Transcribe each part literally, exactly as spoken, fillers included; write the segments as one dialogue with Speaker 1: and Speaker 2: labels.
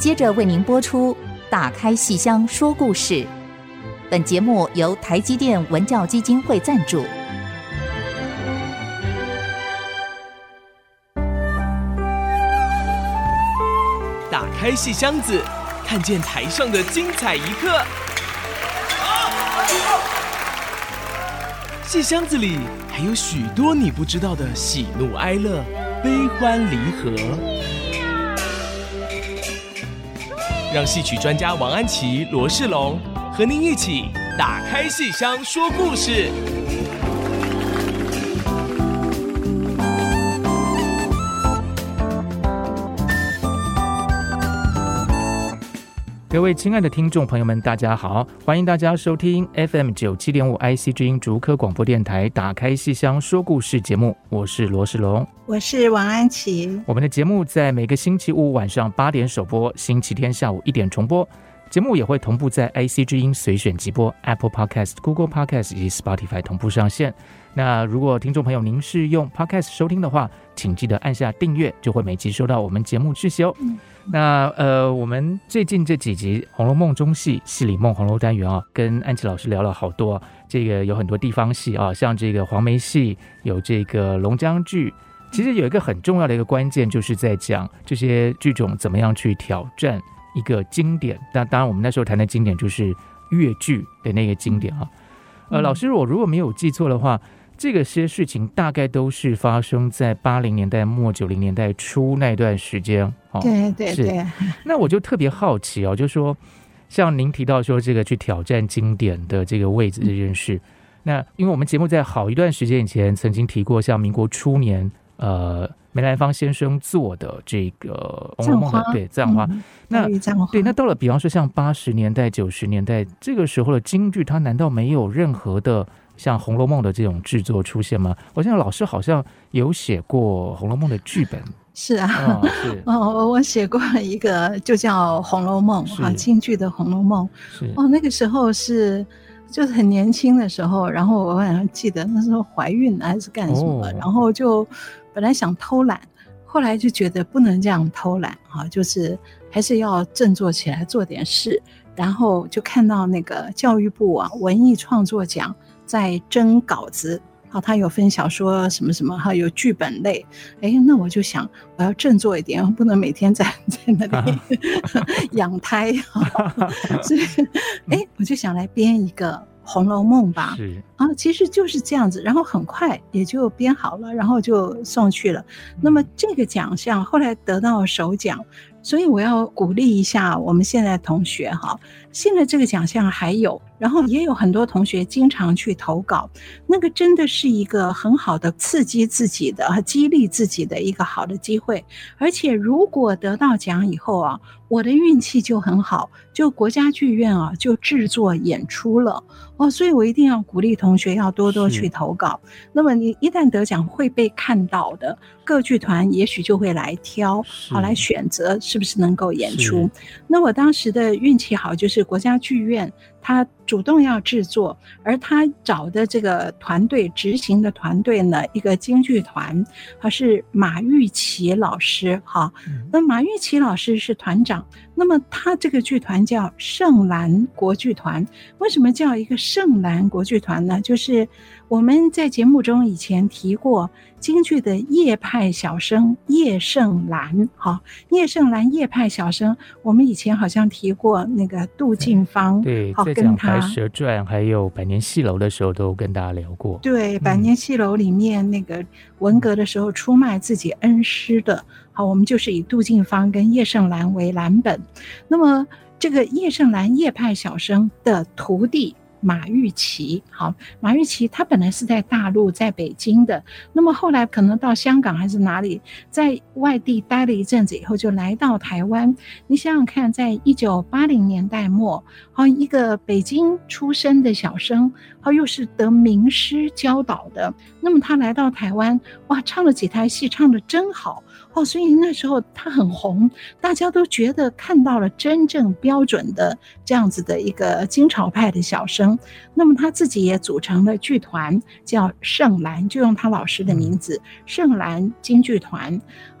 Speaker 1: 接着为您播出打开戏箱说故事。本节目由台积电文教基金会赞助。
Speaker 2: 打开戏箱子，看见台上的精彩一刻。戏箱子里还有许多你不知道的喜怒哀乐、悲欢离合。让戏曲专家王安琪、罗世龙和您一起打开戏箱说故事。
Speaker 3: 各位亲爱的听众朋友们，大家好，欢迎大家收听 F M 九七点五 I C 之音竹科广播电台打开戏箱说故事节目，我是罗世龙，
Speaker 4: 我是王安琪。我
Speaker 3: 们的节目在每个星期五晚上八点首播，星期天下午一点重播。节目也会同步在 I C 之音随选直播、 Apple Podcast、Google Podcast 以及 Spotify 同步上线。那如果听众朋友您是用 Podcast 收听的话，请记得按下订阅，就会每集收到我们节目讯息哦。嗯那呃，我们最近这几集《红楼梦》中戏戏里梦红楼单元啊，跟安琪老师聊了好多、啊，这个有很多地方戏啊，像这个黄梅戏，有这个龙江剧。其实有一个很重要的一个关键，就是在讲这些剧种怎么样去挑战一个经典。那当然，我们那时候谈的经典就是越剧的那个经典啊。呃，老师，我如果没有记错的话，这个些事情大概都是发生在八零年代末九零年代初那段时间、哦、
Speaker 4: 对对对。
Speaker 3: 那我就特别好奇哦，就说像您提到说这个去挑战经典的这个位置这件事、嗯、那因为我们节目在好一段时间以前曾经提过像民国初年呃梅兰芳先生做的这个《红楼梦》的对葬花、嗯、那对那到了比方说像八十年代九十年代这个时候的京剧，它难道没有任何的像《红楼梦》的这种制作出现吗？我想老师好像有写过《红楼梦》的剧本。
Speaker 4: 是啊，哦，是哦，我写过一个就叫《红楼梦》啊，京剧的《红楼梦》。是哦，那个时候是就是很年轻的时候，然后我好像记得那时候怀孕还是干什么、哦，然后就本来想偷懒，后来就觉得不能这样偷懒啊，就是还是要振作起来做点事。然后就看到那个教育部啊文艺创作奖在征稿子，好，他有分小说什么什么，还有剧本类。哎，那我就想我要振作一点，我不能每天在在那里、啊、养胎、啊、所以哎，我就想来编一个《红楼梦》吧。是啊，其实就是这样子，然后很快也就编好了，然后就送去了。那么这个奖项后来得到首奖。所以我要鼓励一下我们现在同学哈，现在这个奖项还有，然后也有很多同学经常去投稿，那个真的是一个很好的刺激自己的、激励自己的一个好的机会。而且如果得到奖以后啊，我的运气就很好，就国家剧院啊就制作演出了哦，所以我一定要鼓励同学要多多去投稿。那么你一旦得奖会被看到的，各剧团也许就会来挑，好来选择是不是能够演出。那我当时的运气好，就是国家剧院他主动要制作，而他找的这个团队执行的团队呢，一个京剧团，他是马玉琪老师哈。那马玉琪老师是团长，那么他这个剧团叫盛兰国剧团。为什么叫一个盛兰国剧团呢？就是我们在节目中以前提过京剧的叶派小生叶盛兰，好，叶盛兰叶派小生，我们以前好像提过那个杜近芳，
Speaker 3: 对，在讲《白蛇传》还有《百年戏楼》的时候都跟大家聊过。对，《
Speaker 4: 百年戏楼》里面那个文革的时候出卖自己恩师的，好，我们就是以杜近芳跟叶盛兰为蓝本。那么这个叶盛兰叶派小生的徒弟马玉琪，好，马玉琪他本来是在大陆在北京的，那么后来可能到香港还是哪里，在外地待了一阵子以后就来到台湾。你想想看，在一九八零年代末，好，一个北京出身的小生，好，又是得名师教导的，那么他来到台湾，哇，唱了几台戏唱得真好哦，所以那时候他很红，大家都觉得看到了真正标准的这样子的一个京潮派的小生。那么他自己也组成了剧团，叫盛兰，就用他老师的名字，盛兰京剧团。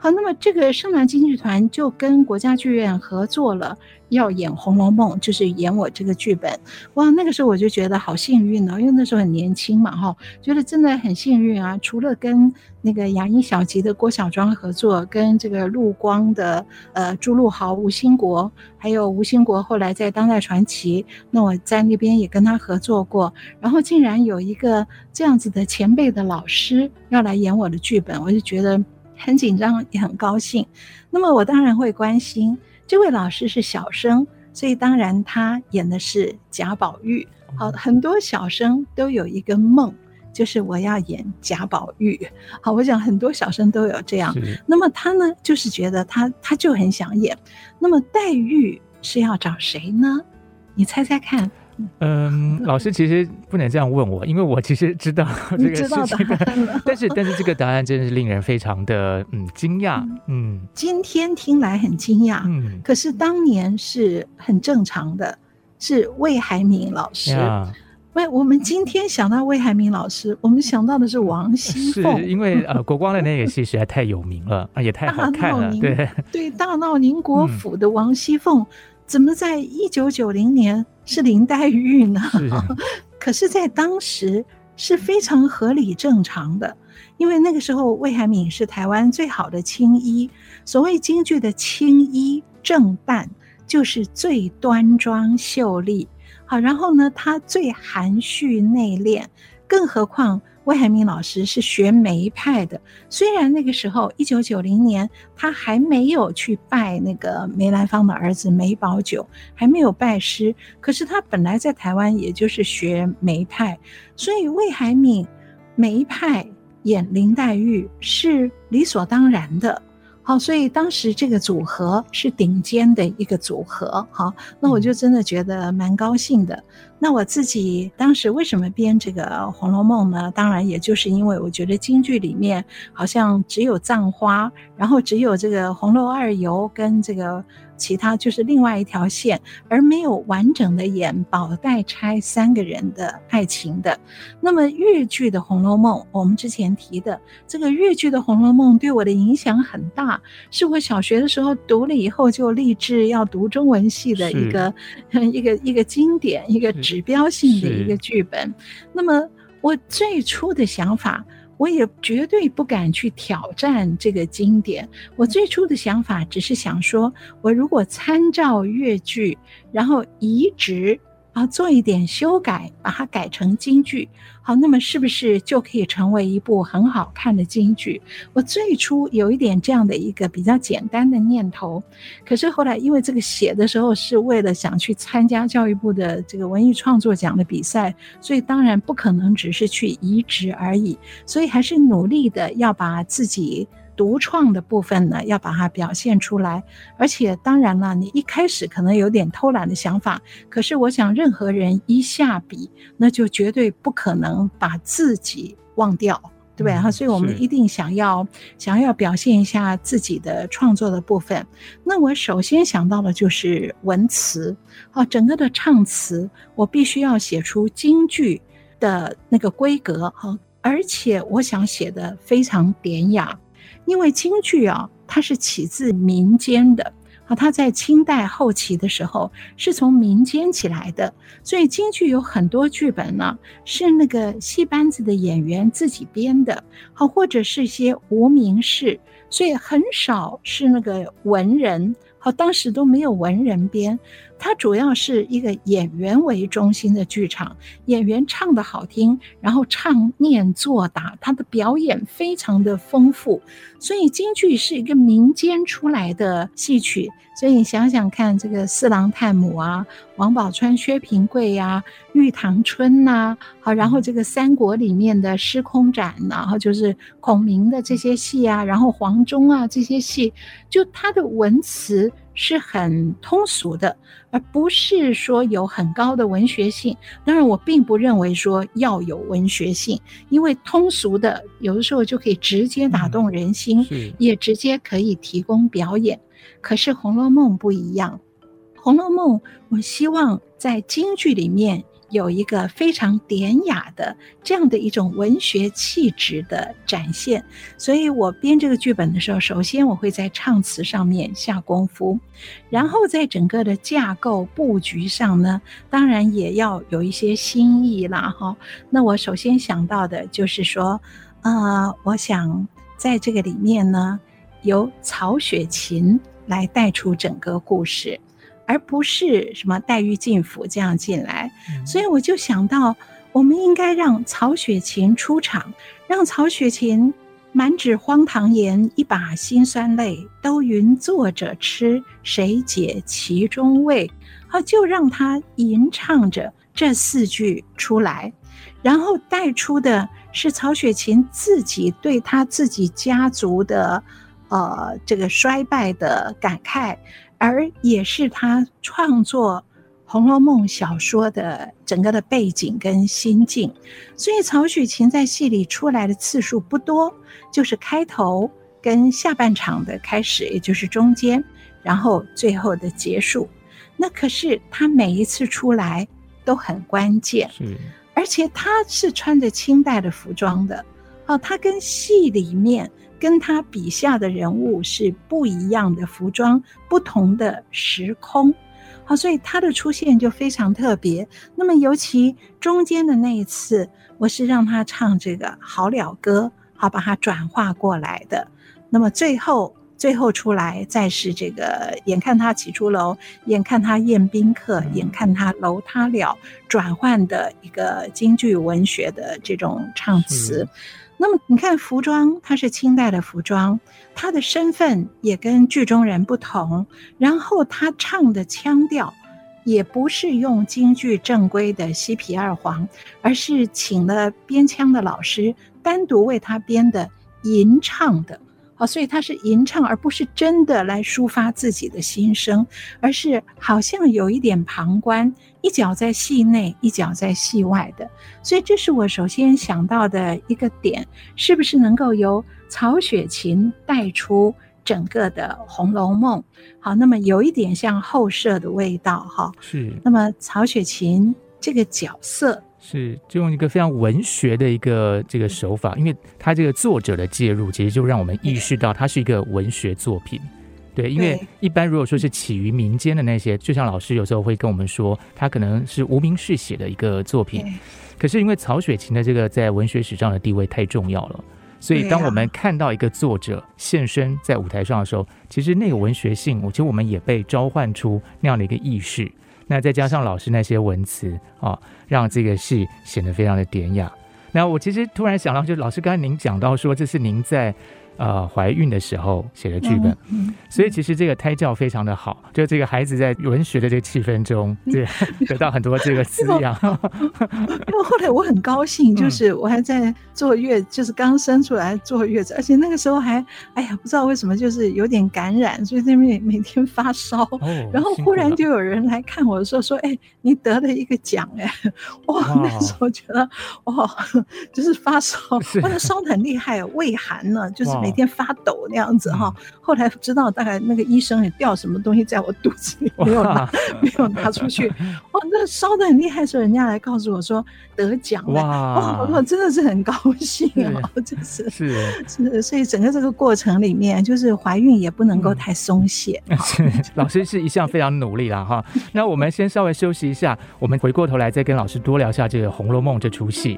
Speaker 4: 好，那么这个盛南京剧团就跟国家剧院合作了，要演《红楼梦》，就是演我这个剧本。哇，那个时候我就觉得好幸运哦，因为那时候很年轻嘛，哈，觉得真的很幸运啊。除了跟那个亚音小集的郭小庄合作，跟这个陆光的呃朱陆豪、吴兴国，还有吴兴国后来在当代传奇，那我在那边也跟他合作过。然后竟然有一个这样子的前辈的老师要来演我的剧本，我就觉得很紧张也很高兴。那么我当然会关心，这位老师是小生，所以当然他演的是贾宝玉。好，很多小生都有一个梦，就是我要演贾宝玉。好，我想很多小生都有这样。那么他呢，就是觉得他他就很想演。那么黛玉是要找谁呢？你猜猜看。
Speaker 3: 嗯，老师其实不能这样问我，因为我其实知道这个事情，但是但是这个答案真的是令人非常的嗯惊讶。嗯，
Speaker 4: 今天听来很惊讶，嗯，可是当年是很正常的，是魏海敏老师。喂，我们今天想到魏海敏老师，我们想到的是王熙凤，
Speaker 3: 是因为呃国光的那个戏实在太有名了，也太好看了，对
Speaker 4: 对，大闹宁国府的王熙凤。嗯，怎么在一九九零年是林黛玉呢？是可是在当时是非常合理正常的，因为那个时候魏海敏是台湾最好的青衣，所谓京剧的青衣正旦就是最端庄秀丽。好，然后呢她最含蓄内敛，更何况魏海敏老师是学梅派的，虽然那个时候一九九零年他还没有去拜那个梅兰芳的儿子梅葆玖，还没有拜师，可是他本来在台湾也就是学梅派，所以魏海敏梅派演林黛玉是理所当然的。好，所以当时这个组合是顶尖的一个组合。好，那我就真的觉得蛮高兴的。那我自己当时为什么编这个《红楼梦》呢？当然也就是因为我觉得京剧里面好像只有葬花，然后只有这个红楼二游跟这个其他就是另外一条线，而没有完整的演宝黛钗三个人的爱情的。那么粤剧的《红楼梦》，我们之前提的这个粤剧的《红楼梦》对我的影响很大，是我小学的时候读了以后就立志要读中文系的一个一个一个经典，一个指标性的一个剧本。那么我最初的想法，我也绝对不敢去挑战这个经典。我最初的想法只是想说，我如果参照粤剧，然后移植啊，做一点修改，把它改成京剧，好，那么是不是就可以成为一部很好看的京剧？我最初有一点这样的一个比较简单的念头，可是后来因为这个写的时候是为了想去参加教育部的这个文艺创作奖的比赛，所以当然不可能只是去移植而已，所以还是努力的要把自己独创的部分呢，要把它表现出来。而且当然了，你一开始可能有点偷懒的想法，可是我想任何人一下笔，那就绝对不可能把自己忘掉，对不对？嗯，所以我们一定想要想要表现一下自己的创作的部分。那我首先想到的就是文词，啊，整个的唱词我必须要写出京剧的那个规格，而且我想写的非常典雅。因为京剧啊，它是起自民间的，它在清代后期的时候是从民间起来的，所以京剧有很多剧本呢是那个戏班子的演员自己编的，或者是一些无名氏，所以很少是那个文人，当时都没有文人编，它主要是一个演员为中心的剧场，演员唱得好听，然后唱念做打，他的表演非常的丰富，所以京剧是一个民间出来的戏曲。所以你想想看，这个四郎探母啊，王宝钏、薛平贵啊，玉堂春啊，好，然后这个三国里面的司空斩，然后就是孔明的这些戏啊，然后黄忠啊这些戏，就他的文词是很通俗的，而不是说有很高的文学性。当然我并不认为说要有文学性，因为通俗的有的时候就可以直接打动人心，嗯，也直接可以提供表演。可是《红楼梦》不一样，《红楼梦》我希望在京剧里面有一个非常典雅的这样的一种文学气质的展现。所以我编这个剧本的时候，首先我会在唱词上面下功夫，然后在整个的架构布局上呢，当然也要有一些新意啦哈。那我首先想到的就是说呃，我想在这个里面呢，由曹雪芹来带出整个故事，而不是什么黛玉进府这样进来、嗯、所以我就想到我们应该让曹雪芹出场，让曹雪芹满纸荒唐言，一把辛酸泪，都云作者痴，谁解其中味，就让他吟唱着这四句出来，然后带出的是曹雪芹自己对他自己家族的呃这个衰败的感慨，而也是他创作《红楼梦》小说的整个的背景跟心境。所以曹雪芹在戏里出来的次数不多，就是开头跟下半场的开始，也就是中间，然后最后的结束。那可是他每一次出来都很关键，是，而且他是穿着清代的服装的、哦、他跟戏里面跟他笔下的人物是不一样的服装，不同的时空，好，所以他的出现就非常特别。那么尤其中间的那一次，我是让他唱这个好了歌，好把它转化过来的。那么最后最后出来再是这个眼看他起出楼，眼看他宴宾客，眼看他楼他了，转换的一个京剧文学的这种唱词。那么你看服装，它是清代的服装，他的身份也跟剧中人不同，然后他唱的腔调也不是用京剧正规的西皮二黄，而是请了编腔的老师单独为他编的吟唱的，所以他是吟唱，而不是真的来抒发自己的心声，而是好像有一点旁观，一脚在戏内，一脚在戏外的。所以这是我首先想到的一个点，是不是能够由曹雪芹带出整个的《红楼梦》。好，那么有一点像后设的味道哈。是。那么曹雪芹这个角色
Speaker 3: 是就用一个非常文学的一个这个手法，因为他这个作者的介入，其实就让我们意识到它是一个文学作品。对，因为一般如果说是起于民间的那些，就像老师有时候会跟我们说，他可能是无名氏写的一个作品，可是因为曹雪芹的这个在文学史上的地位太重要了，所以当我们看到一个作者现身在舞台上的时候，其实那个文学性，我觉得我们也被召唤出那样的一个意识。那再加上老师那些文词、哦、让这个戏显得非常的典雅。那我其实突然想到，就老师刚才您讲到说，这是您在呃怀孕的时候写的剧本、嗯嗯、所以其实这个胎教非常的好，就这个孩子在文学的这个气氛中对得到很多这个滋养。
Speaker 4: 因为后来我很高兴，就是我还在坐月，就是刚生出来坐月子，而且那个时候还哎呀不知道为什么就是有点感染，所以在那边每天发烧、哦、然后忽然就有人来看我的时候说，哎，你得了一个奖。哎，哇，那时候觉得哇，就是发烧，哇，那烧得很厉害，畏寒呢，就是每天发抖那样子哈。后来知道大概那个医生也掉什么东西在我肚子里，没有拿没有拿出去。哇，那烧得很厉害的时候，人家来告诉我说得奖了，哇，我真的是很高兴啊，就是是是，所以整个这个过程里面，就是怀孕也不能够太松懈。嗯、
Speaker 3: 是，老师是一向非常努力啦哈。那我们先稍微休息一下，我们回过头来再跟老师多聊一下这个《红楼梦》这出戏。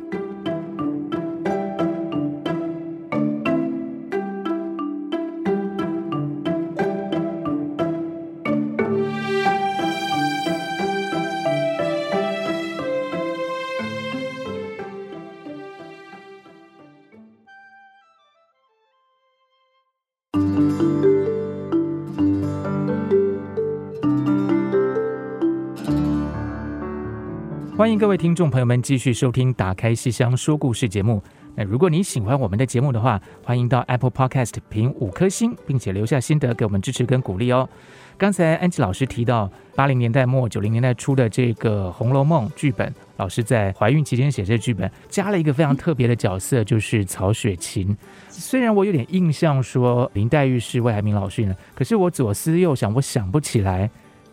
Speaker 3: 欢迎各位听众朋友们继续收听打开戏箱说故事节目。那如果你喜欢我们的节目的话，欢迎到 Apple Podcast 评五颗星，并且留下心得给我们支持跟鼓励哦。刚才安琪老师提到八零年代末九零年代初的这个《红楼梦》剧本，老师在怀孕期间写这剧本，加了一个非常特别的角色，就是曹雪芹。虽然我有点印象说林黛玉是魏海敏老师呢，可是我左思右想，我想不起来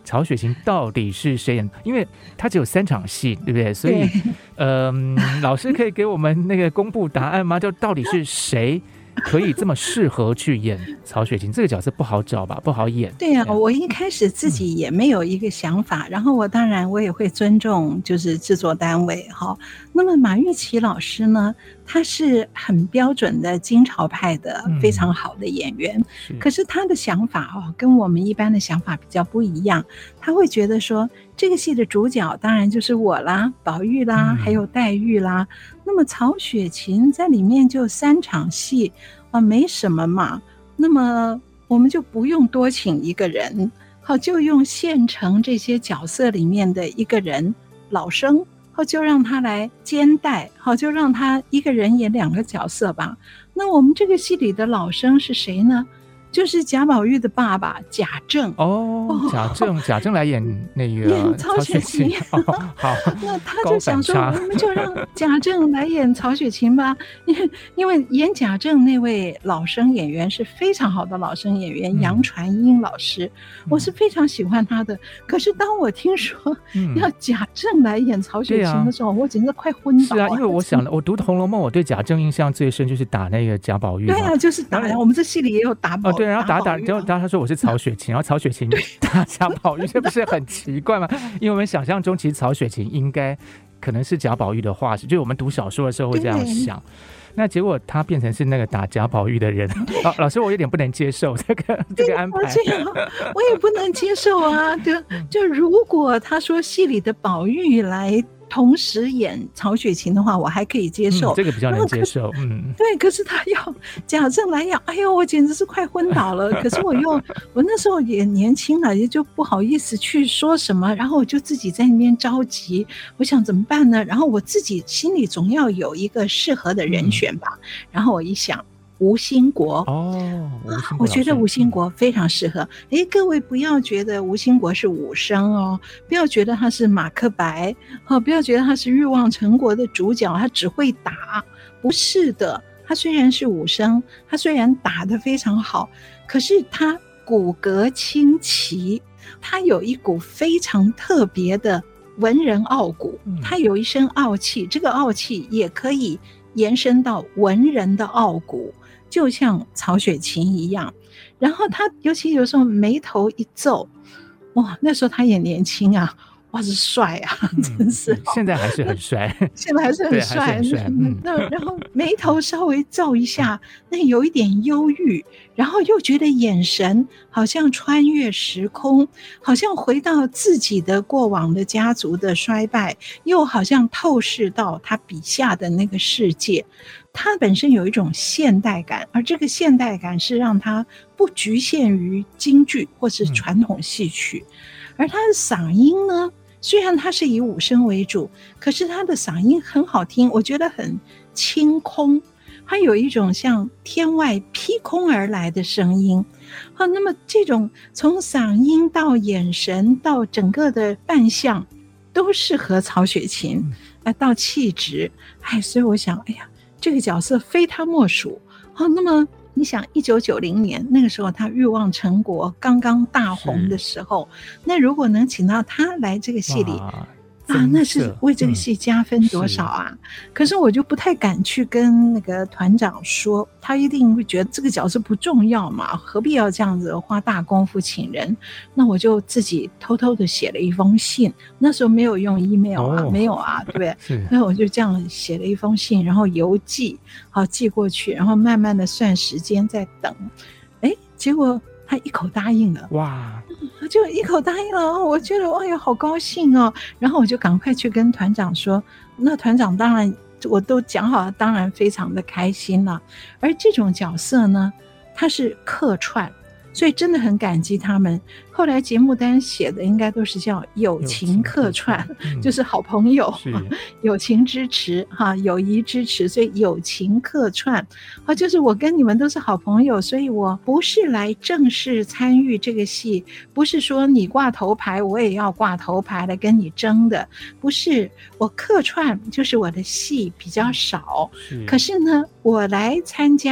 Speaker 3: 曹雪芹到底是谁演？因为他只有三场戏，对不对？所以，嗯、呃，老师可以给我们那个公布答案吗？就到底是谁可以这么适合去演曹雪芹？这个角色不好找吧，不好演。
Speaker 4: 对啊，我一开始自己也没有一个想法，嗯、然后我当然我也会尊重就是制作单位哈。那么马玉琪老师呢，他是很标准的金朝派的非常好的演员，嗯、可是他的想法哦，跟我们一般的想法比较不一样。他会觉得说，这个戏的主角当然就是我啦，宝玉啦，嗯、还有黛玉啦。那么曹雪芹在里面就三场戏啊，没什么嘛。那么我们就不用多请一个人，好，就用现成这些角色里面的一个人，老生。好，就让他来兼代，好，就让他一个人演两个角色吧。那我们这个戏里的老生是谁呢？就是贾宝玉的爸爸贾政。
Speaker 3: 哦，贾政，贾政来演那个
Speaker 4: 演曹雪芹。
Speaker 3: 哦、好，
Speaker 4: 那他就想说，我们就让贾政来演曹雪芹吧。因为因为演贾政那位老生演员是非常好的老生演员，嗯、杨传英老师，我是非常喜欢他的。嗯、可是当我听说要贾政来演曹雪芹的时候，嗯啊、我简直快昏倒了。
Speaker 3: 是啊，因为我想，我读《红楼梦》，我对贾政印象最深就是打那个贾宝玉。
Speaker 4: 对啊，就是打。我们这戏里也有打宝玉。
Speaker 3: 哦对，然后打打，然后他说我是曹雪芹，然后曹雪芹打贾宝玉，这不是很奇怪吗？因为我们想象中其实曹雪芹应该可能是贾宝玉的化身，就是我们读小说的时候会这样想。那结果他变成是那个打贾宝玉的人，老老师我有点不能接受这个这个安排，
Speaker 4: 我也不能接受啊！就就如果他说戏里的宝玉来同时演曹雪芹的话，我还可以接受，
Speaker 3: 嗯、这个比较能接受。嗯，
Speaker 4: 对，可是他要贾政来演，哎呦，我简直是快昏倒了。可是我又我那时候也年轻了，也就不好意思去说什么，然后我就自己在那边着急，我想怎么办呢？然后我自己心里总要有一个适合的人选吧。嗯、然后我一想。吴兴国
Speaker 3: 哦，
Speaker 4: 我觉得吴兴国非常适合。哎，各位不要觉得吴兴国是武生哦，不要觉得他是马克白，哦，不要觉得他是欲望城国的主角，他只会打，不是的。他虽然是武生，他虽然打得非常好，可是他骨骼清奇，他有一股非常特别的文人傲骨，他有一身傲气，这个傲气也可以延伸到文人的傲骨。就像曹雪芹一样，然后他尤其有时候眉头一皱，哇，那时候他也年轻啊，哇，是帅啊，嗯、真是、哦、
Speaker 3: 现在还是很帅，
Speaker 4: 现在还是很帅。嗯、那然后眉头稍微皱一下，那有一点忧郁，然后又觉得眼神好像穿越时空，好像回到自己的过往的家族的衰败，又好像透视到他笔下的那个世界。他本身有一种现代感，而这个现代感是让他不局限于京剧或是传统戏曲。嗯、而他的嗓音呢，虽然他是以武生为主，可是他的嗓音很好听，我觉得很清空，他有一种像天外劈空而来的声音。好，那么这种从嗓音到眼神到整个的扮相都适合曹雪芹，嗯、到气质，哎，所以我想，哎呀，这个角色非他莫属。好，那么你想一九九零年那个时候他欲望城国刚刚大红的时候，那如果能请到他来这个戏里啊，那是为这个戏加分多少啊、嗯、是可是我就不太敢去跟那个团长说，他一定会觉得这个角色不重要嘛，何必要这样子花大功夫请人。那我就自己偷偷的写了一封信，那时候没有用 email 啊、哦、没有啊，对不对？那我就这样写了一封信，然后邮寄，好寄过去，然后慢慢的算时间在等。哎，结果他一口答应了，哇，就一口答应了，我觉得哎呀好高兴哦，然后我就赶快去跟团长说，那团长当然我都讲好了，当然非常的开心了。而这种角色呢，他是客串，所以真的很感激他们。后来节目单写的应该都是叫友情客串，嗯、就是好朋友，友情支持哈，友谊支持，所以友情客串啊，就是我跟你们都是好朋友，所以我不是来正式参与这个戏，不是说你挂头牌我也要挂头牌来跟你争的，不是，我客串就是我的戏比较少，可是呢，我来参加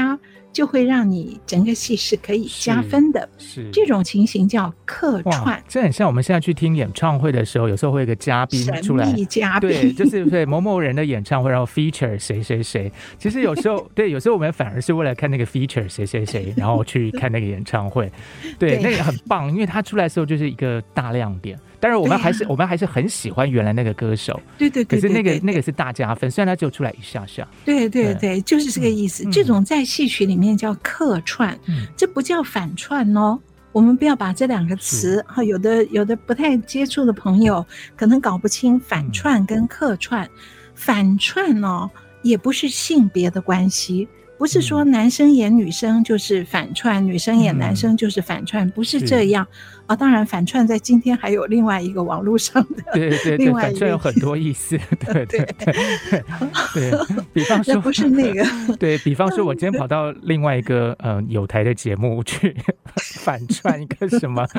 Speaker 4: 就会让你整个戏是可以加分的，
Speaker 3: 是, 是
Speaker 4: 这种情形叫客串。
Speaker 3: 这很像我们现在去听演唱会的时候，有时候会有一个嘉宾出来，
Speaker 4: 神秘嘉宾，
Speaker 3: 对，就是对某某人的演唱会，然后 feature 谁谁谁。其实有时候对，有时候我们反而是为了看那个 feature 谁谁谁，然后去看那个演唱会，对，对那个很棒，因为他出来的时候就是一个大亮点。当然我们还是、啊、我们还是很喜欢原来那个歌手，
Speaker 4: 对对 对, 对, 对, 对, 对，可是
Speaker 3: 那个那个是大加分，虽然他只有出来一下下，
Speaker 4: 对对 对, 对，就是这个意思、嗯、这种在戏曲里面叫客串、嗯、这不叫反串哦，我们不要把这两个词有的有的不太接触的朋友可能搞不清反串跟客串、嗯、反串哦也不是性别的关系，不是说男生演女生就是反串、嗯、女生演男生就是反串、嗯、不是这样啊、哦，当然反串在今天还有另外一个网络上的，
Speaker 3: 对对对，反串有很多意思，对对对对，比方说
Speaker 4: 不是那个，
Speaker 3: 对比方说我今天跑到另外一个呃有台的节目去反串一个什么，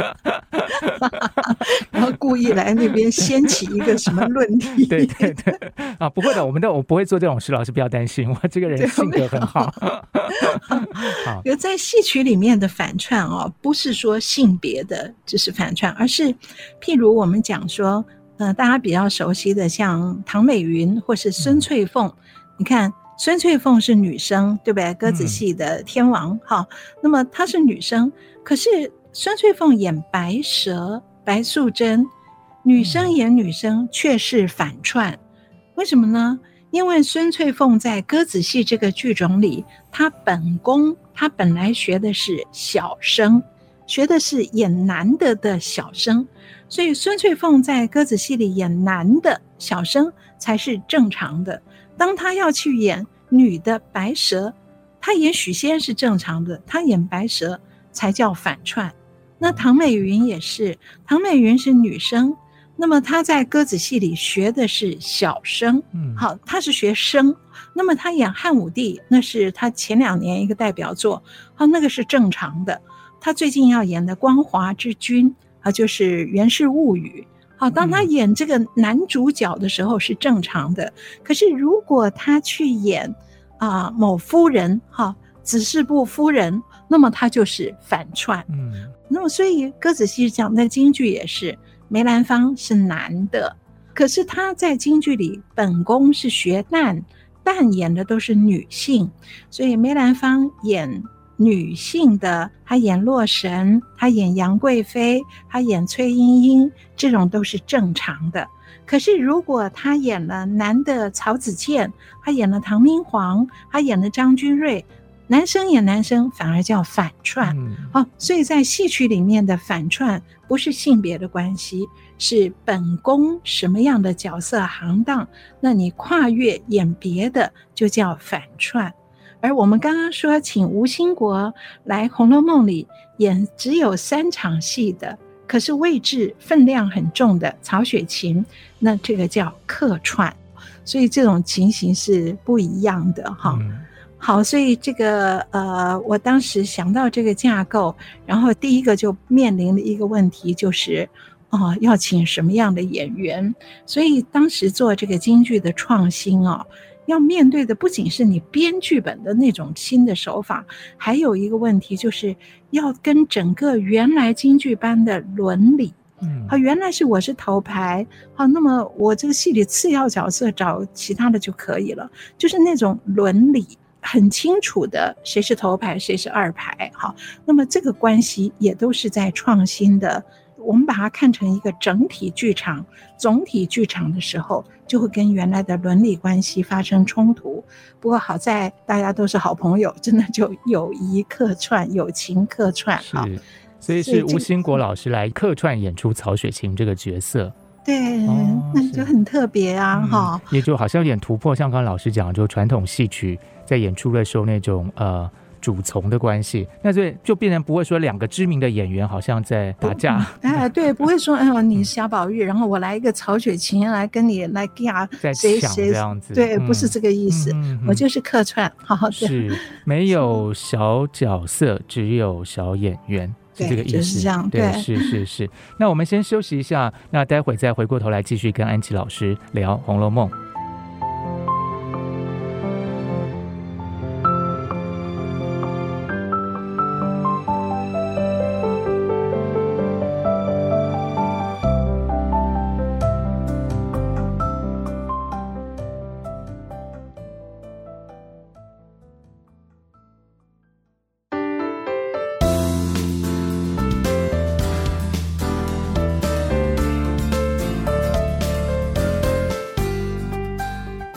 Speaker 4: 然后故意来那边掀起一个什么论题，
Speaker 3: 对对对啊，不会的，我们的我不会做这种事，老师不要担心，我这个人性格很好。
Speaker 4: 好，有在戏曲里面的反串哦，不是说性别的只是反串，而是譬如我们讲说呃，大家比较熟悉的像唐美云或是孙翠凤、嗯、你看孙翠凤是女生对不对，歌子戏的天王、嗯、好，那么她是女生，可是孙翠凤演白蛇白素贞，女生演女生却是反串、嗯、为什么呢？因为孙翠凤在歌子戏这个剧种里，她本宫她本来学的是小生，学的是演男的的小生，所以孙翠凤在歌子戏里演男的小生才是正常的。当她要去演女的白蛇，她演许仙是正常的，她演白蛇才叫反串。那唐美云也是，唐美云是女生，那么她在歌子戏里学的是小生，好，她是学生。那么她演汉武帝，那是她前两年一个代表作，好，那个是正常的。她最近要演的《光华之君》啊，就是《源氏物语》。好，当她演这个男主角的时候是正常的，可是如果她去演啊、呃、某夫人哈，子氏部夫人，那么她就是反串。嗯，那么所以歌子戏讲的京剧也是。梅兰芳是男的，可是他在京剧里本宫是学旦，旦演的都是女性，所以梅兰芳演女性的，他演洛神，他演杨贵妃，他演崔莺莺，这种都是正常的。可是如果他演了男的曹子建，他演了唐明皇，他演了张君瑞，男生演男生反而叫反串、嗯哦、所以在戏曲里面的反串不是性别的关系，是本宫什么样的角色行当，那你跨越演别的就叫反串。而我们刚刚说请吴兴国来《红楼梦》里演只有三场戏的，可是位置分量很重的曹雪芹，那这个叫客串，所以这种情形是不一样的哈。嗯，好，所以这个呃，我当时想到这个架构，然后第一个就面临的一个问题就是哦，要请什么样的演员？所以当时做这个京剧的创新哦，要面对的不仅是你编剧本的那种新的手法，还有一个问题就是要跟整个原来京剧班的伦理。嗯，好，原来是我是头牌，好，那么我这个戏里次要角色找其他的就可以了，就是那种伦理。很清楚的谁是头牌谁是二牌，好，那么这个关系也都是在创新的，我们把它看成一个整体剧场，总体剧场的时候就会跟原来的伦理关系发生冲突。不过好在大家都是好朋友，真的就友谊客串，友情客串，好，
Speaker 3: 所以是吴兴国老师来客串演出曹雪芹这个角色。
Speaker 4: 对、哦、那就很特别啊、嗯、
Speaker 3: 也就好像有点突破，像刚刚老师讲就传统戏曲在演出的时候那种呃主从的关系，那就就变成不会说两个知名的演员好像在打架、
Speaker 4: 嗯、哎，对，不会说哎呦你贾宝玉、嗯、然后我来一个曹雪芹来跟你来架谁谁这样子，对、嗯、不是这个意思、嗯嗯、我就是客串，好好的，
Speaker 3: 是没有小角色只有小演员，是这个意思，
Speaker 4: 就是这样，对，
Speaker 3: 对，是是是。那我们先休息一下，那待会再回过头来继续跟安琪老师聊《红楼梦》。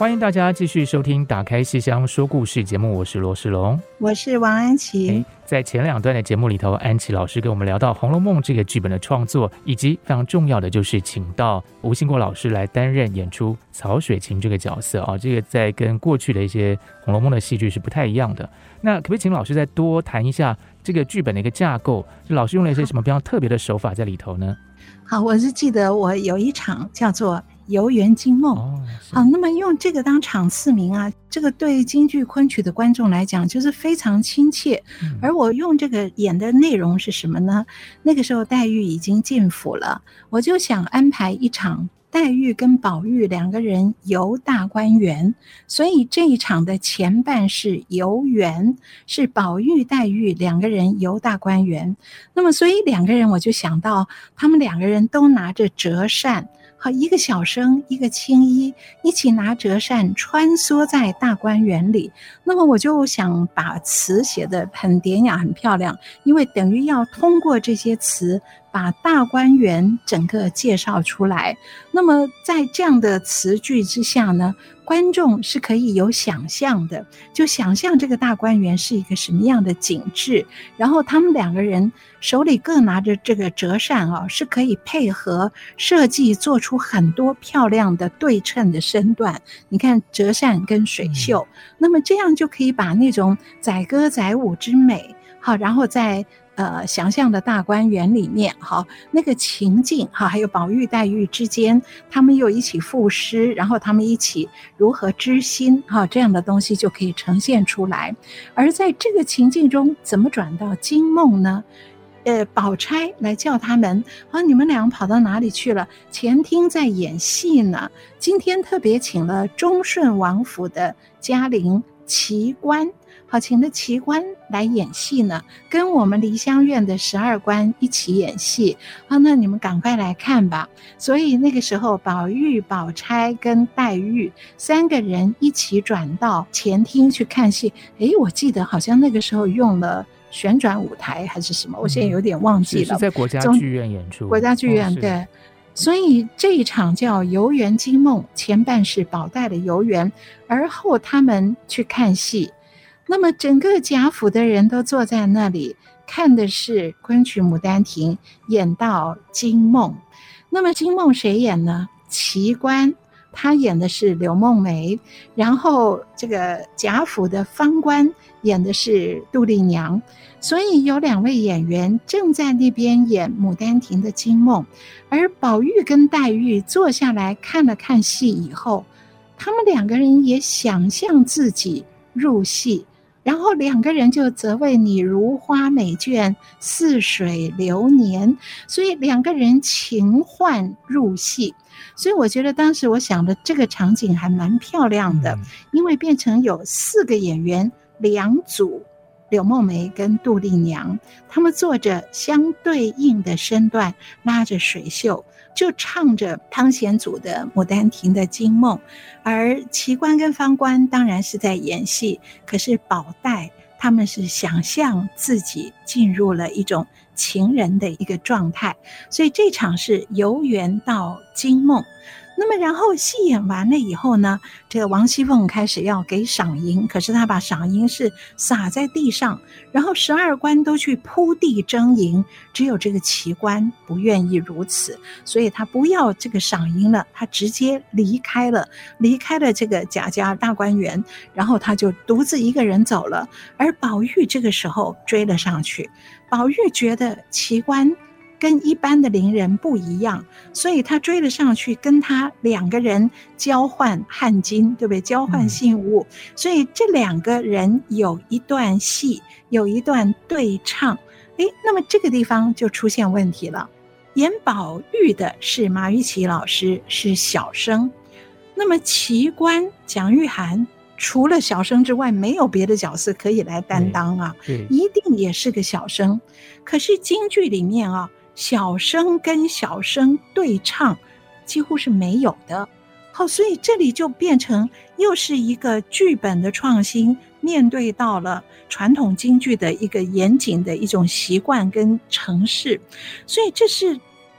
Speaker 3: 欢迎大家继续收听打开戏箱说故事节目，我是罗世龙，
Speaker 4: 我是王安琪。
Speaker 3: 在前两段的节目里头，安琪老师跟我们聊到《红楼梦》这个剧本的创作，以及非常重要的就是请到吴兴国老师来担任演出曹雪芹这个角色啊，这个在跟过去的一些《红楼梦》的戏剧是不太一样的。那可不可以请老师再多谈一下这个剧本的一个架构？老师用了一些什么比较特别的手法在里头呢？
Speaker 4: 好，我是记得我有一场叫做游园惊梦、哦、好，那么用这个当场次名啊，这个对京剧昆曲的观众来讲就是非常亲切、嗯、而我用这个演的内容是什么呢？那个时候黛玉已经进府了，我就想安排一场黛玉跟宝玉两个人游大观园，所以这一场的前半是游园，是宝玉黛玉两个人游大观园。那么所以两个人我就想到他们两个人都拿着折扇，好，一个小生一个青衣一起拿折扇穿梭在大观园里。那么我就想把词写得很典雅很漂亮，因为等于要通过这些词把大观园整个介绍出来。那么在这样的词句之下呢，观众是可以有想象的，就想象这个大观园是一个什么样的景致，然后他们两个人手里各拿着这个折扇啊，是可以配合设计做出很多漂亮的对称的身段。你看折扇跟水袖、嗯、那么这样就可以把那种载歌载舞之美，好，然后在呃，想象的大观园里面，好，那个情境，哈，还有宝玉黛玉之间，他们又一起赋诗，然后他们一起如何知心，哈，这样的东西就可以呈现出来。而在这个情境中，怎么转到惊梦呢？呃，宝钗来叫他们啊，你们俩跑到哪里去了？前厅在演戏呢。今天特别请了忠顺王府的嘉玲奇观。好，请的奇观来演戏呢，跟我们梨香院的十二官一起演戏啊，那你们赶快来看吧。所以那个时候宝玉宝钗跟黛玉三个人一起转到前厅去看戏。诶，我记得好像那个时候用了旋转舞台还是什么，我现在有点忘记了、嗯、
Speaker 3: 是, 是在国家剧院演出，
Speaker 4: 国家剧院、哦、对。所以这一场叫游园惊梦，前半是宝黛的游园，而后他们去看戏。那么整个贾府的人都坐在那里看的是昆曲《牡丹亭》演到惊梦。那么惊梦谁演呢？奇观，他演的是柳梦梅，然后这个贾府的方官演的是杜丽娘。所以有两位演员正在那边演《牡丹亭》的惊梦，而宝玉跟黛玉坐下来看了看戏以后，他们两个人也想象自己入戏，然后两个人就责为你如花美眷，似水流年，所以两个人情换入戏。所以我觉得当时我想的这个场景还蛮漂亮的、嗯、因为变成有四个演员两组，柳梦梅跟杜丽娘，他们做着相对应的身段，拉着水袖，就唱着汤显祖的《牡丹亭》的惊梦。而奇观跟方官当然是在演戏，可是宝黛他们是想象自己进入了一种情人的一个状态，所以这场是游园到惊梦。那么然后戏演完了以后呢，这个王熙凤开始要给赏银，可是她把赏银是撒在地上，然后十二官都去铺地争银，只有这个奇观不愿意如此，所以他不要这个赏银了，他直接离开了离开了这个贾家大观园，然后他就独自一个人走了。而宝玉这个时候追了上去，宝玉觉得奇观跟一般的伶人不一样，所以他追了上去，跟他两个人交换汗巾，对不对？交换信物、嗯、所以这两个人有一段戏，有一段对唱。诶，那么这个地方就出现问题了。演宝玉的是马玉琪老师，是小生，那么奇观蒋玉菡除了小生之外没有别的角色可以来担当啊，一定也是个小生。可是京剧里面啊，小生跟小生对唱几乎是没有的。好，所以这里就变成又是一个剧本的创新，面对到了传统京剧的一个严谨的一种习惯跟程式。所以这是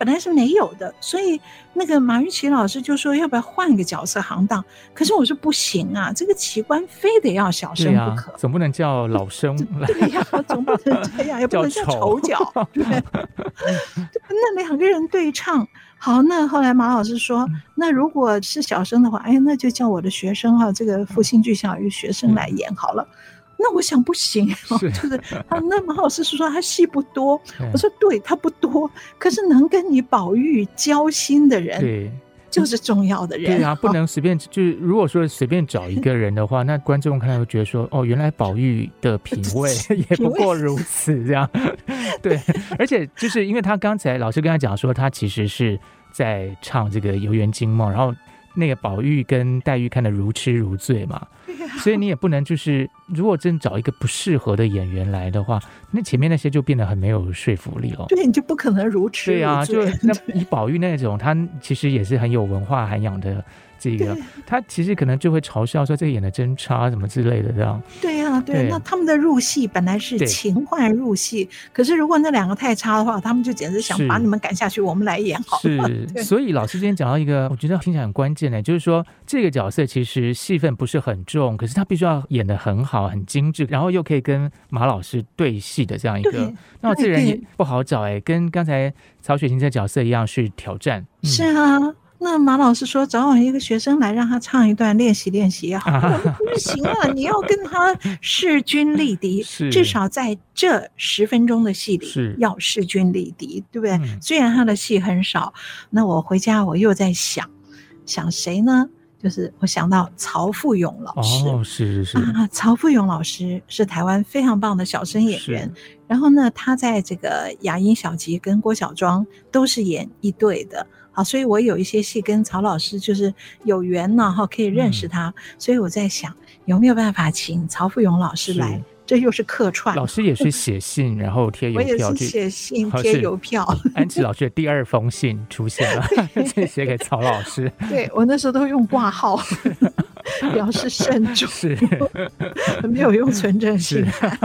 Speaker 4: 本来是没有的，所以那个马玉琪老师就说要不要换个角色行当，可是我说不行啊，这个奇观非得要小生不可，
Speaker 3: 啊、总不能叫老生来，
Speaker 4: 对呀、啊，总不能这样，也不能叫丑角，对，那两个人对唱。好，那后来马老师说，那如果是小生的话，哎，那就叫我的学生哈，这个复兴剧校有学生来演好了。嗯，那我想不行，是就是他那马老师说他戏不多，我说对，他不多，可是能跟你宝玉交心的人，对，就是重要的人。
Speaker 3: 对啊，不能随便，就是如果说随便找一个人的话，那观众看到会觉得说，哦，原来宝玉的品味也不过如此，这样。对，而且就是因为他刚才老师跟他讲说，他其实是在唱这个《游园惊梦》，然后那个宝玉跟黛玉看得如痴如醉嘛，所以你也不能就是如果真找一个不适合的演员来的话，那前面那些就变得很没有说服力了。
Speaker 4: 对，你就不可能如痴如醉。
Speaker 3: 对啊，就那以宝玉那种，他其实也是很有文化涵养的。这个他其实可能就会嘲笑说这个演的真差什么之类的这样。
Speaker 4: 对啊 对, 对，那他们的入戏本来是勤换入戏，可是如果那两个太差的话，他们就简直想把你们赶下去，我们来演好了。
Speaker 3: 是，所以老师今天讲到一个我觉得听起来很关键的，就是说这个角色其实戏份不是很重，可是他必须要演得很好很精致，然后又可以跟马老师对戏的这样一个，那我这人也不好找哎，跟刚才曹雪芹这角色一样是挑战。
Speaker 4: 嗯、是啊，那马老师说找我一个学生来让他唱一段练习练习也好，啊、不行啊，你要跟他势均力敌，至少在这十分钟的戏里要势均力敌，对不对、嗯、虽然他的戏很少，那我回家我又在想想谁呢，就是我想到曹富永老师。
Speaker 3: 哦，是是是
Speaker 4: 啊，曹富永老师是台湾非常棒的小生演员，然后呢他在这个雅音小集跟郭小庄都是演一对的，好，所以我有一些戏跟曹老师就是有缘呢，可以认识他、嗯、所以我在想有没有办法请曹富永老师来，这又是客串。
Speaker 3: 老师也是写信然后贴邮票，
Speaker 4: 我也是写信贴邮票。
Speaker 3: 安琪老师的第二封信出现了，写给曹老师。
Speaker 4: 对，我那时候都用挂号表示慎重，是没有用存证信函。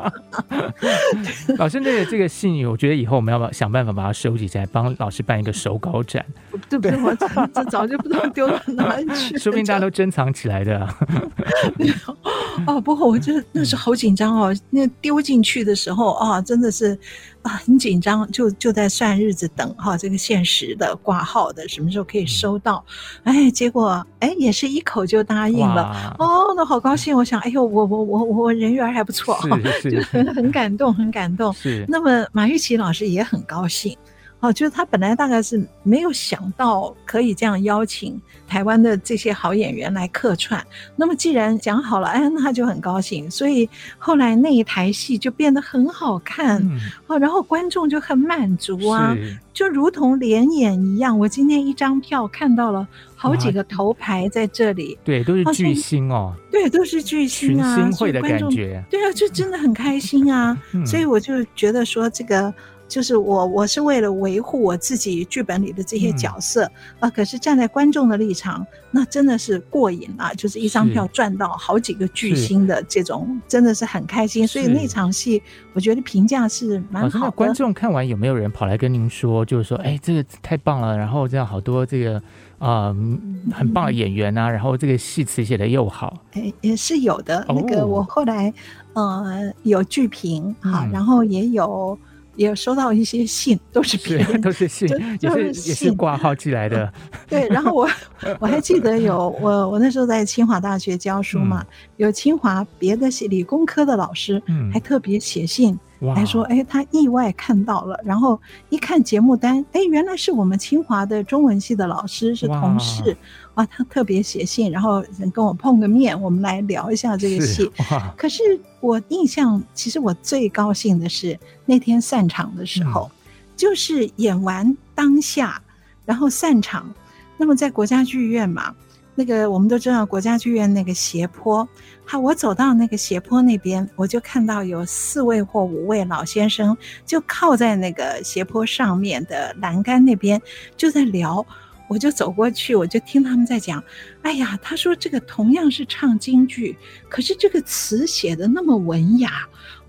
Speaker 3: 老师那个这个信，我觉得以后我们要想办法把它收集起来，帮老师办一个手稿展。
Speaker 4: 对不对？我这早就不知道丢到哪里去，
Speaker 3: 说不定大家都珍藏起来的、啊。
Speaker 4: 哦，不过我觉得那时候好紧张哦，那丢进去的时候啊，真的是啊很紧张，就就在算日子等哈、啊、这个限时的挂号的什么时候可以收到。哎，结果哎也是一口就答应了。哦，那好高兴！我想，哎呦，我我我我人缘还不错，是是就很很感动，很感动。是。那么马玉琪老师也很高兴。哦，就是他本来大概是没有想到可以这样邀请台湾的这些好演员来客串，那么既然讲好了，哎，那他就很高兴，所以后来那一台戏就变得很好看、嗯哦、然后观众就很满足啊，就如同联演一样。我今天一张票看到了好几个头牌在这里，
Speaker 3: 对，都是巨星哦，
Speaker 4: 对，都是巨星啊，
Speaker 3: 群星会的感觉，
Speaker 4: 对啊，就真的很开心啊、嗯、所以我就觉得说这个就是我我是为了维护我自己剧本里的这些角色、嗯、啊，可是站在观众的立场，那真的是过瘾啊，就是一张票赚到好几个巨星的这种，真的是很开心。所以那场戏我觉得评价是蛮好的。
Speaker 3: 观众看完有没有人跑来跟您说，就是说哎，这个太棒了，然后这样好多这个呃很棒的演员啊、嗯、然后这个戏词写得又好。
Speaker 4: 哎，也是有的、哦、那个我后来呃有剧评哈、嗯，然后也有也有收到一些信，都是别人，
Speaker 3: 都是信，也是也是挂号寄来的。
Speaker 4: 对，然后我我还记得有我我那时候在清华大学教书嘛，嗯、有清华别的系理工科的老师，嗯，还特别写信。还说哎，他意外看到了，然后一看节目单，哎，原来是我们清华的中文系的老师，是同事。哇，他特别写信，然后跟我碰个面，我们来聊一下这个戏。可是我印象，其实我最高兴的是那天散场的时候、嗯、就是演完当下然后散场，那么在国家剧院嘛，那个我们都知道国家剧院那个斜坡，好，我走到那个斜坡那边，我就看到有四位或五位老先生就靠在那个斜坡上面的栏杆那边就在聊，我就走过去，我就听他们在讲，哎呀，他说这个同样是唱京剧，可是这个词写的那么文雅，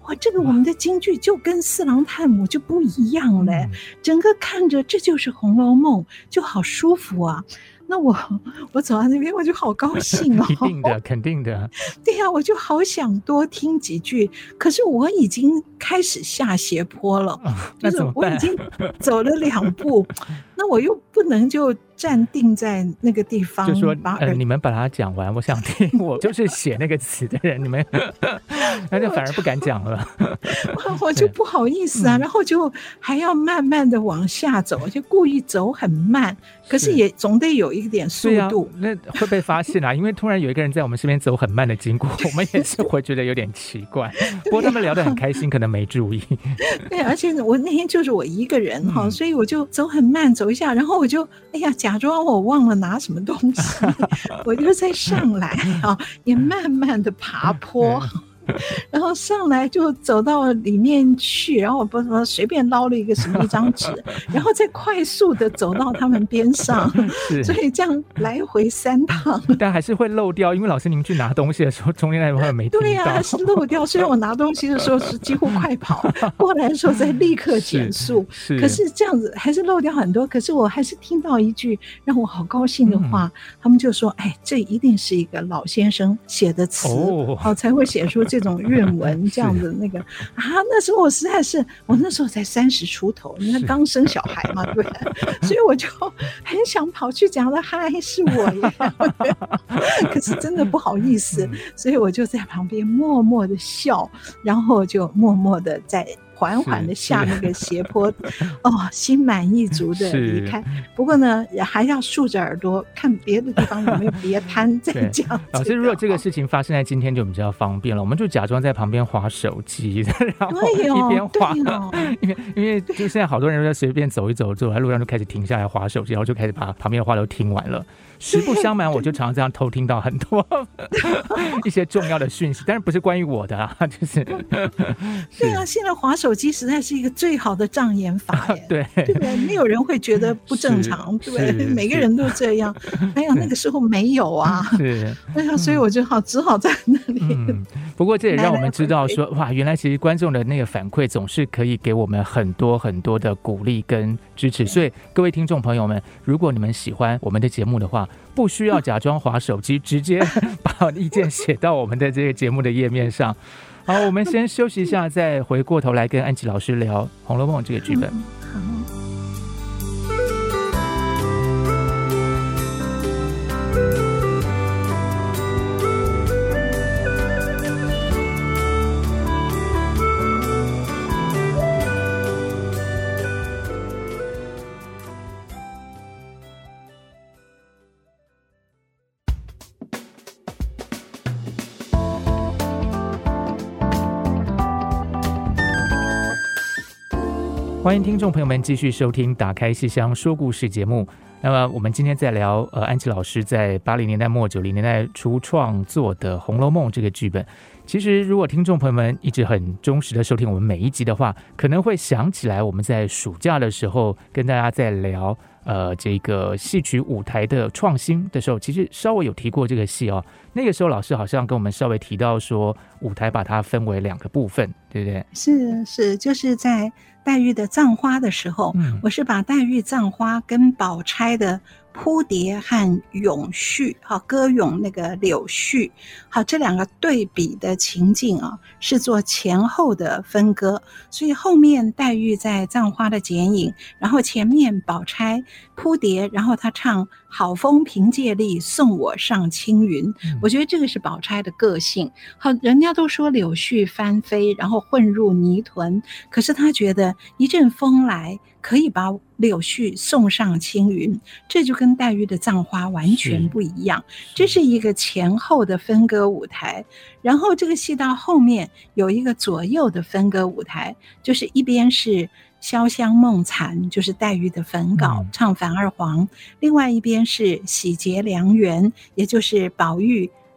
Speaker 4: 哇，这个我们的京剧就跟四郎探母就不一样嘞，嗯、整个看着这就是《红楼梦》，就好舒服啊。那我我走到那边我就好高兴哦，
Speaker 3: 一定的，肯定的。
Speaker 4: 对呀、啊，我就好想多听几句，可是我已经开始下斜坡了，
Speaker 3: 哦、
Speaker 4: 就是我已经走了两步，那我又不能就站定在那个地方，
Speaker 3: 就说呃，你们把它讲完，我想听。我就是写那个词的人，你们那就反而不敢讲了。
Speaker 4: 我就不好意思啊，然后就还要慢慢的往下走，就故意走很慢，可是也总得有一点速度。
Speaker 3: 啊、那会被发现啊，因为突然有一个人在我们身边走很慢的经过，我们也是会觉得有点奇怪。不过他们聊得很开心，可能没注意。
Speaker 4: 对，而且我那天就是我一个人哈、嗯，所以我就走很慢，走一下，然后我就哎呀。假装我忘了拿什么东西，我就再上来啊，也慢慢的爬坡。然后上来就走到里面去，然后我不什么随便捞了一个什么一张纸，然后再快速的走到他们边上，所以这样来回三趟。
Speaker 3: 但还是会漏掉，因为老师您去拿东西的时候，中间那一块没听到。
Speaker 4: 对呀、啊，还是漏掉。虽然我拿东西的时候是几乎快跑，过来的时候再立刻减速，是是可是这样子还是漏掉很多。可是我还是听到一句让我好高兴的话，嗯、他们就说：“哎，这一定是一个老先生写的词，哦，哦才会写出这。”这种韵文这样的那个啊，那时候我实在是，我那时候才三十出头，你看刚生小孩嘛，对不对？所以我就很想跑去讲了，嗨，是我耶！可是真的不好意思，所以我就在旁边默默的笑，然后就默默的在。缓缓的下那个斜坡，哦，心满意足的离开。不过呢，还要竖着耳朵看别的地方有没有别摊再讲。
Speaker 3: 老师，如果这个事情发生在今天就比较方便了，我们就假装在旁边滑手机，然后一边滑，
Speaker 4: 哦、
Speaker 3: 因为因为就现在好多人都在随便走一走，走在路上就开始停下来滑手机，然后就开始把旁边的话都听完了。实不相瞒，我就常常这样偷听到很多一些重要的讯息，但是不是关于我的啊，就是
Speaker 4: 对啊，现在滑手机实在是一个最好的障眼法耶，
Speaker 3: 对
Speaker 4: 对不对？没有人会觉得不正常，对不对？每个人都这样。哎呀，那个时候没有啊，
Speaker 3: 是，
Speaker 4: 哎呀，所以我就好只好在那里。
Speaker 3: 嗯，不过这也让我们知道说，哇，原来其实观众的那个反馈总是可以给我们很多很多的鼓励跟支持。所以各位听众朋友们，如果你们喜欢我们的节目的话，不需要假装滑手机，直接把意见写到我们的这个节目的页面上。好，我们先休息一下，再回过头来跟安琪老师聊《红楼梦》这个剧本。
Speaker 4: 嗯
Speaker 3: 欢迎听众朋友们继续收听《打开戏箱说故事》节目。那么我们今天在聊呃安琪老师在八零年代末九零年代初创作的《红楼梦》这个剧本。其实如果听众朋友们一直很忠实的收听我们每一集的话，可能会想起来我们在暑假的时候跟大家在聊呃这个戏曲舞台的创新的时候，其实稍微有提过这个戏哦。那个时候老师好像跟我们稍微提到说，舞台把它分为两个部分，对不对？
Speaker 4: 是是，就是在黛玉的葬花的时候，嗯、我是把黛玉葬花跟宝钗的扑蝶和咏絮，好歌咏那个柳絮，好这两个对比的情境啊，是做前后的分割。所以后面黛玉在葬花的剪影，然后前面宝钗扑蝶，然后她唱好风凭借力，送我上青云。嗯、我觉得这个是宝钗的个性。好，人家都说柳絮翻飞，然后混入泥屯，可是她觉得一阵风来，可以把柳絮送上青云，这就跟黛玉的葬花完全不一样。这是一个前后的分割舞台，然后这个戏到后面有一个左右的分割舞台，就是一边是潇湘梦残，就是黛玉的焚稿、嗯、唱樊二黄，另外一边是喜结良缘，也就是宝玉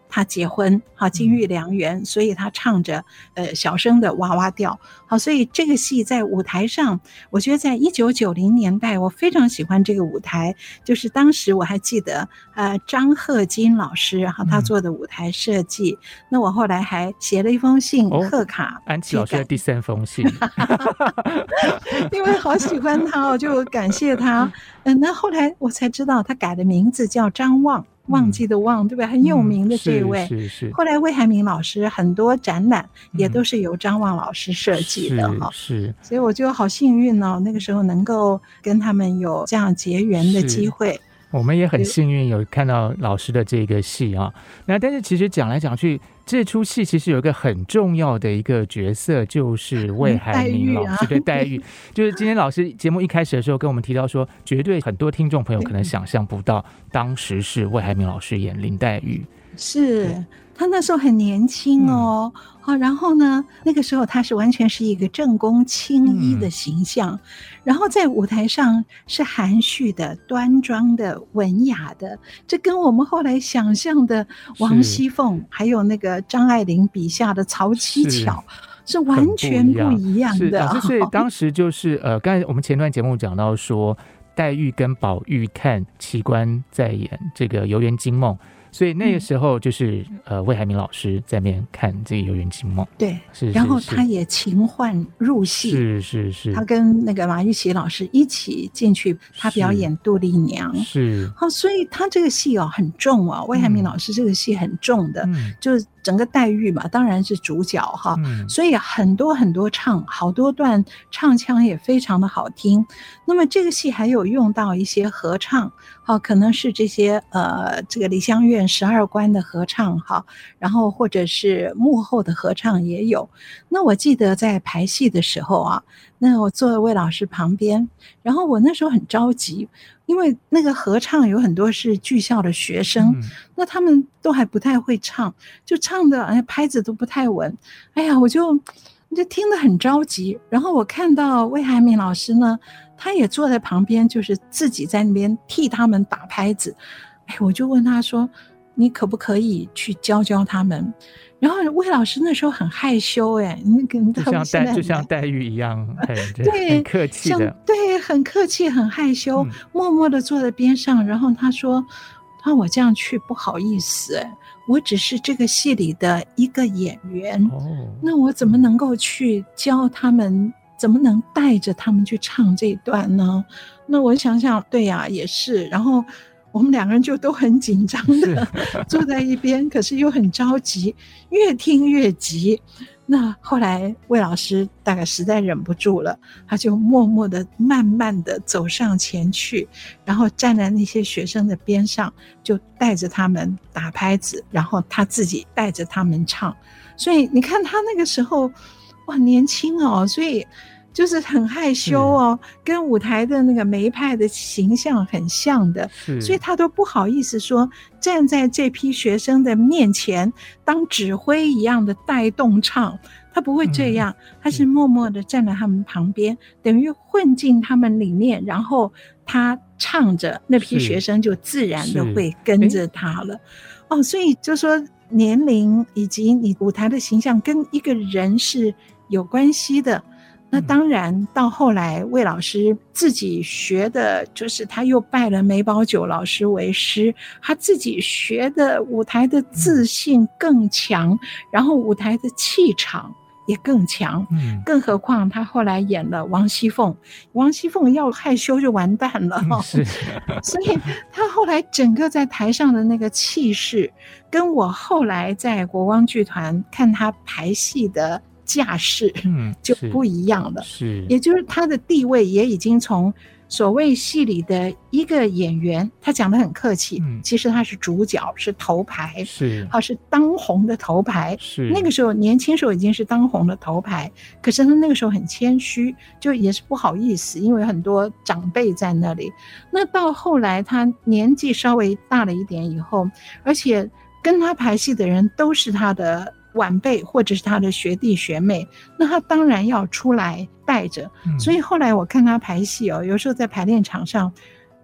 Speaker 4: 他结婚，好金玉良缘，所以他唱着呃小生的娃娃调，好，所以这个戏在舞台上，我觉得在一九九零年代，我非常喜欢这个舞台，就是当时我还记得呃张鹤金老师哈他做的舞台设计，嗯、那我后来还写了一封信贺卡，
Speaker 3: 哦、安琪老师的第三封信，
Speaker 4: 因为好喜欢他，我就感谢他。嗯、呃，那后来我才知道他改的名字叫张望。忘记的忘，对不对？很有名的这位，
Speaker 3: 嗯、是是是。
Speaker 4: 后来魏海敏老师很多展览也都是由张望老师设计的哈、
Speaker 3: 嗯，是。
Speaker 4: 所以我就好幸运哦，那个时候能够跟他们有这样结缘的机会。
Speaker 3: 我们也很幸运有看到老师的这个戏啊。那但是其实讲来讲去，这出戏其实有一个很重要的一个角色，就是魏海敏老师的黛玉。就是今天老师节目一开始的时候跟我们提到说，绝对很多听众朋友可能想象不到，当时是魏海敏老师演林黛玉。
Speaker 4: 是他那时候很年轻哦、嗯啊、然后呢那个时候他是完全是一个正宫青衣的形象、嗯、然后在舞台上是含蓄的端庄的文雅的，这跟我们后来想象的王熙凤还有那个张爱玲笔下的曹七巧是完全不一样的。
Speaker 3: 是，所以当时就是呃，刚才我们前段节目讲到说黛玉跟宝玉看奇观在演这个游园惊梦，所以那个时候就是、嗯、呃魏海敏老师在那边看这个游园惊梦，
Speaker 4: 对，
Speaker 3: 是，是，
Speaker 4: 然后他也勤换入戏，
Speaker 3: 是是是，
Speaker 4: 他跟那个马玉琪老师一起进去，他表演杜丽娘，
Speaker 3: 是，
Speaker 4: 好、哦，所以他这个戏哦很重哦，魏海敏老师这个戏很重的，嗯、就是整个黛玉嘛，当然是主角哈、嗯，所以很多很多唱，好多段唱腔也非常的好听。那么这个戏还有用到一些合唱，好，可能是这些呃这个梨香院十二关的合唱哈，然后或者是幕后的合唱也有。那我记得在排戏的时候啊，那我坐在魏老师旁边，然后我那时候很着急。因为那个合唱有很多是剧校的学生、嗯、那他们都还不太会唱，就唱的哎拍子都不太稳，哎呀我就就听得很着急。然后我看到魏海敏老师呢，他也坐在旁边，就是自己在那边替他们打拍子，哎我就问他说你可不可以去教教他们。然后魏老师那时候很害羞，哎，那个
Speaker 3: 就像黛就像黛玉一样，很对，很客气的，
Speaker 4: 对，很客气，很害羞，嗯、默默的坐在边上。然后他说：“他我这样去不好意思，哎，我只是这个戏里的一个演员，哦、那我怎么能够去教他们？怎么能带着他们去唱这一段呢？”那我想想，对呀、啊，也是。然后。我们两个人就都很紧张的坐在一边，可是又很着急，越听越急。那后来魏老师大概实在忍不住了，他就默默的慢慢的走上前去，然后站在那些学生的边上，就带着他们打拍子，然后他自己带着他们唱。所以你看他那个时候哇年轻哦，所以就是很害羞哦，跟舞台的那个梅派的形象很像的，所以他都不好意思说站在这批学生的面前当指挥一样的带动唱，他不会这样、嗯、他是默默的站在他们旁边、嗯、等于混进他们里面，然后他唱着，那批学生就自然的会跟着他了。哦，所以就说年龄以及你舞台的形象跟一个人是有关系的。那当然到后来魏老师自己学的就是他又拜了梅葆玖老师为师，他自己学的舞台的自信更强，然后舞台的气场也更强，嗯，更何况他后来演了王熙凤，王熙凤要害羞就完蛋了、哦、是所以他后来整个在台上的那个气势跟我后来在国光剧团看他排戏的架势就不一样了、嗯、是, 是也就是他的地位也已经从所谓戏里的一个演员，他讲得很客气、嗯、其实他是主角，是头牌，是他是当红的头牌，是那个时候年轻时候已经是当红的头牌，可是他那个时候很谦虚，就也是不好意思，因为很多长辈在那里。那到后来他年纪稍微大了一点以后，而且跟他排戏的人都是他的晚辈或者是他的学弟学妹，那他当然要出来带着、嗯、所以后来我看他排戏哦，有时候在排练场上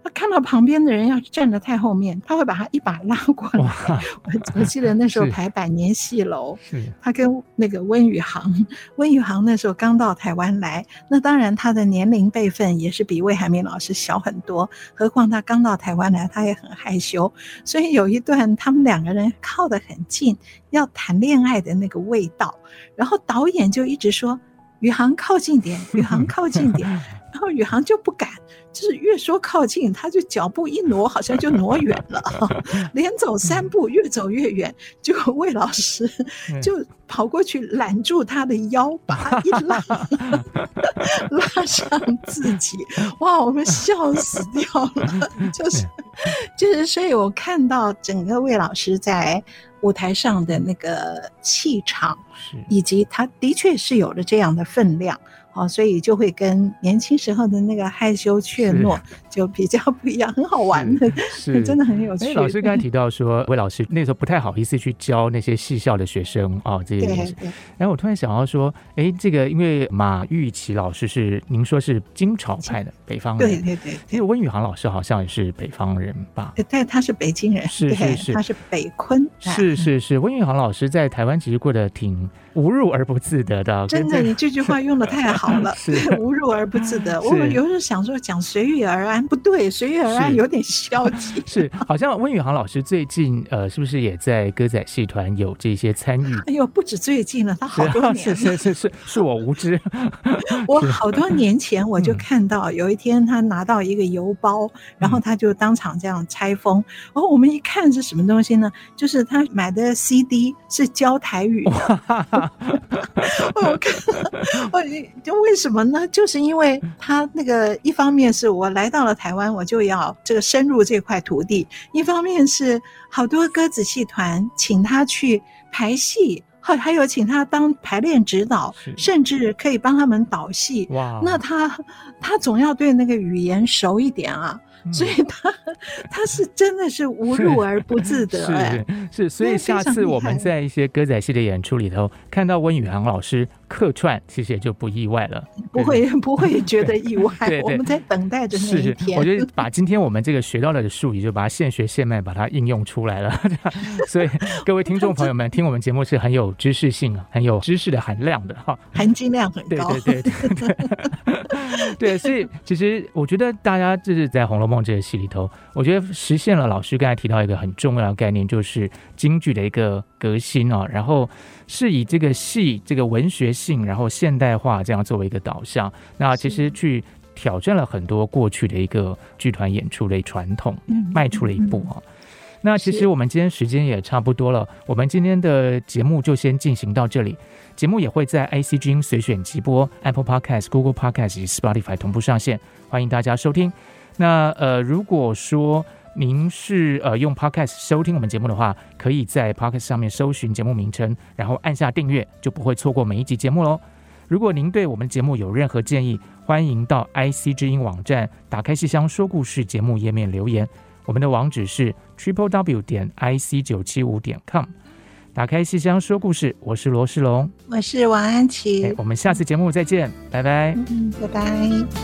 Speaker 4: 他看到旁边的人要站得太后面，他会把他一把拉过来。我我记得那时候排百年戏楼，他跟那个温宇航，温宇航那时候刚到台湾来，那当然他的年龄辈分也是比魏海敏老师小很多，何况他刚到台湾来，他也很害羞，所以有一段他们两个人靠得很近，要谈恋爱的那个味道，然后导演就一直说宇航靠近点，宇航靠近点，然后宇航就不敢，就是越说靠近，他就脚步一挪，好像就挪远了，连走三步越走越远，结果魏老师就跑过去揽住他的腰，把他一拉拉上自己，哇，我们笑死掉了，就是就是，所以我看到整个魏老师在舞台上的那个气场，以及他的确是有了这样的分量。哦，所以就会跟年轻时候的那个害羞怯懦就比较不一样，很好玩的，是真的很有趣。
Speaker 3: 老师刚才提到说，魏老师那时候不太好意思去教那些戏校的学生啊、哦，这些东西。然后我突然想到说，哎，这个因为马玉琪老师是您说是京潮派的北方人，
Speaker 4: 对对对。
Speaker 3: 其实温宇航老师好像也是北方人吧？
Speaker 4: 对，他是北京人，
Speaker 3: 是是是，
Speaker 4: 他是北昆。
Speaker 3: 是是是，温宇航老师在台湾其实过得挺无入而不自得的。
Speaker 4: 真的，你这句话用得太好。好了，无入而不自得。我们有时候想说讲随遇而安，不对，随遇而安有点消极。
Speaker 3: 是，好像温宇航老师最近呃，是不是也在歌仔戏团有这些参与？
Speaker 4: 哎呦，不止最近了，他好多年了。
Speaker 3: 是是是是，是我无知。
Speaker 4: 我好多年前我就看到，有一天他拿到一个邮包，然后他就当场这样拆封。然后我们一看是什么东西呢？就是他买的 C D 是教台语的。我看，我就。为什么呢？就是因为他那个一方面是我来到了台湾，我就要这个深入这块土地；一方面是好多歌子戏团请他去排戏，还有请他当排练指导，甚至可以帮他们导戏。哇！那他他总要对那个语言熟一点啊。所以他他是真的是无入而不自得、欸、
Speaker 3: 是, 是, 是所以下次我们在一些歌仔戏的演出里头看到温宇航老师客串，其实也就不意外了，
Speaker 4: 不会不会觉得意外。对对，我们在等待着那一天。
Speaker 3: 是，我觉得把今天我们这个学到的术语，就把它现学现卖，把它应用出来了。所以各位听众朋友们，听我们节目是很有知识性、很有知识的含量的哈，
Speaker 4: 含金量很高。
Speaker 3: 对对对对对。对，所以其实我觉得大家就是在《红楼梦》这个戏里头，我觉得实现了老师刚才提到一个很重要的概念，就是京剧的一个革新哦，然后是以这个戏这个文学性，然后现代化这样作为一个导向，那其实去挑战了很多过去的一个剧团演出的传统，迈出了一步啊。那其实我们今天时间也差不多了，我们今天的节目就先进行到这里。节目也会在 I C G 音随选直播 Apple Podcast、Google Podcast 以及 Spotify 同步上线，欢迎大家收听。那呃，如果说您是呃用 Podcast 收听我们节目的话，可以在 Podcast 上面搜寻节目名称，然后按下订阅，就不会错过每一集节目咯。如果您对我们节目有任何建议，欢迎到 I C 之音网站打开戏箱说故事节目页面留言，我们的网址是 triple w 点 i c 九七五点 com。打开戏箱说故事，我是罗世龙，
Speaker 4: 我是王安琪，
Speaker 3: 我们下次节目再见，拜拜。
Speaker 4: 嗯，拜拜。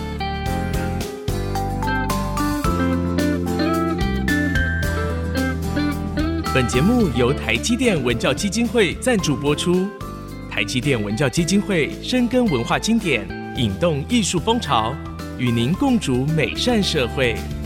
Speaker 2: 本节目由台积电文教基金会赞助播出。台积电文教基金会深耕文化经典，引动艺术风潮，与您共筑美善社会。